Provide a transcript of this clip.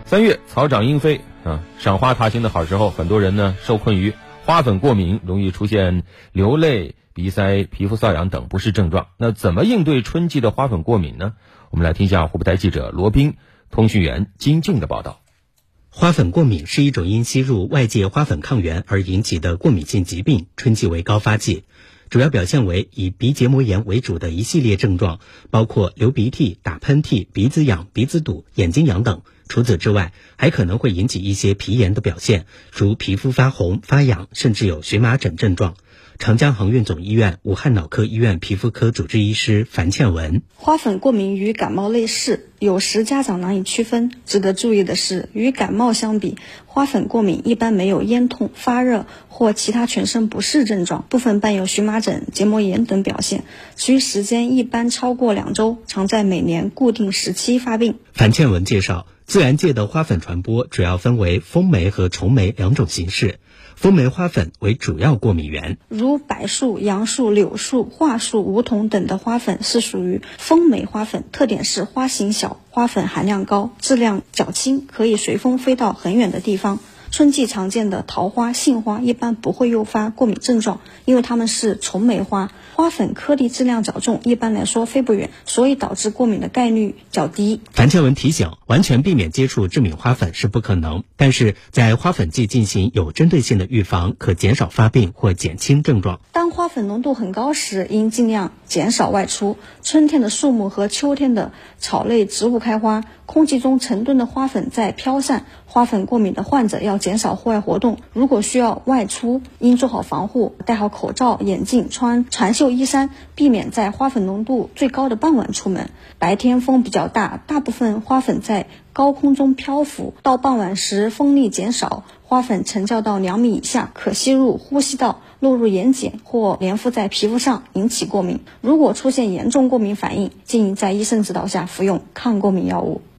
3月草长莺飞赏花踏青的好时候，很多人呢受困于花粉过敏，容易出现流泪、鼻塞、皮肤瘙痒等不适症状。那怎么应对春季的花粉过敏呢？我们来听一下湖北台记者罗斌、通讯员金静的报道。 花粉过敏是一种因吸入外界花粉抗原而引起的过敏性疾病，春季为高发季，主要表现为以鼻结膜炎为主的一系列症状，包括流鼻涕、打喷嚏、鼻子痒、鼻子堵、眼睛痒等。除此之外，还可能会引起一些皮炎的表现，如皮肤发红、发痒，甚至有荨麻疹症状。长江航运总医院武汉脑科医院皮肤科主治医师樊倩文： 花粉过敏与感冒类似，有时家长难以区分。值得注意的是，与感冒相比，花粉过敏一般没有咽痛、发热或其他全身不适症状，部分伴有荨麻疹、结膜炎等表现，持续时间一般超过2周，常在每年固定时期发病。 樊倩文介绍，自然界的花粉传播主要分为风媒和虫媒2种形式。风媒花粉为主要过敏源， 如柏树、杨树、柳树、桦树、梧桐等的花粉是属于风媒花粉，特点是花型小，花粉含量高，质量较轻，可以随风飞到很远的地方。春季常见的桃花、杏花一般不会诱发过敏症状，因为它们是虫媒花，花粉颗粒质量较重，一般来说飞不远，所以导致过敏的概率较低。 樊倩文提醒，完全避免接触致敏花粉是不可能，但是在花粉季进行有针对性的预防，可减少发病或减轻症状。 当花粉浓度很高时，应尽量减少外出。春天的树木和秋天的草类植物开花，空气中成吨的花粉在飘散，花粉过敏的患者要减少户外活动，如果需要外出，应做好防护，戴好口罩、眼镜，穿长袖衣衫，避免在花粉浓度最高的傍晚出门。白天风比较大，大部分花粉在高空中漂浮，到傍晚时风力减少，花粉沉降到2米以下，可吸入呼吸道，落入眼睑或粘附在皮肤上，引起过敏。如果出现严重过敏反应，建议在医生指导下服用抗过敏药物。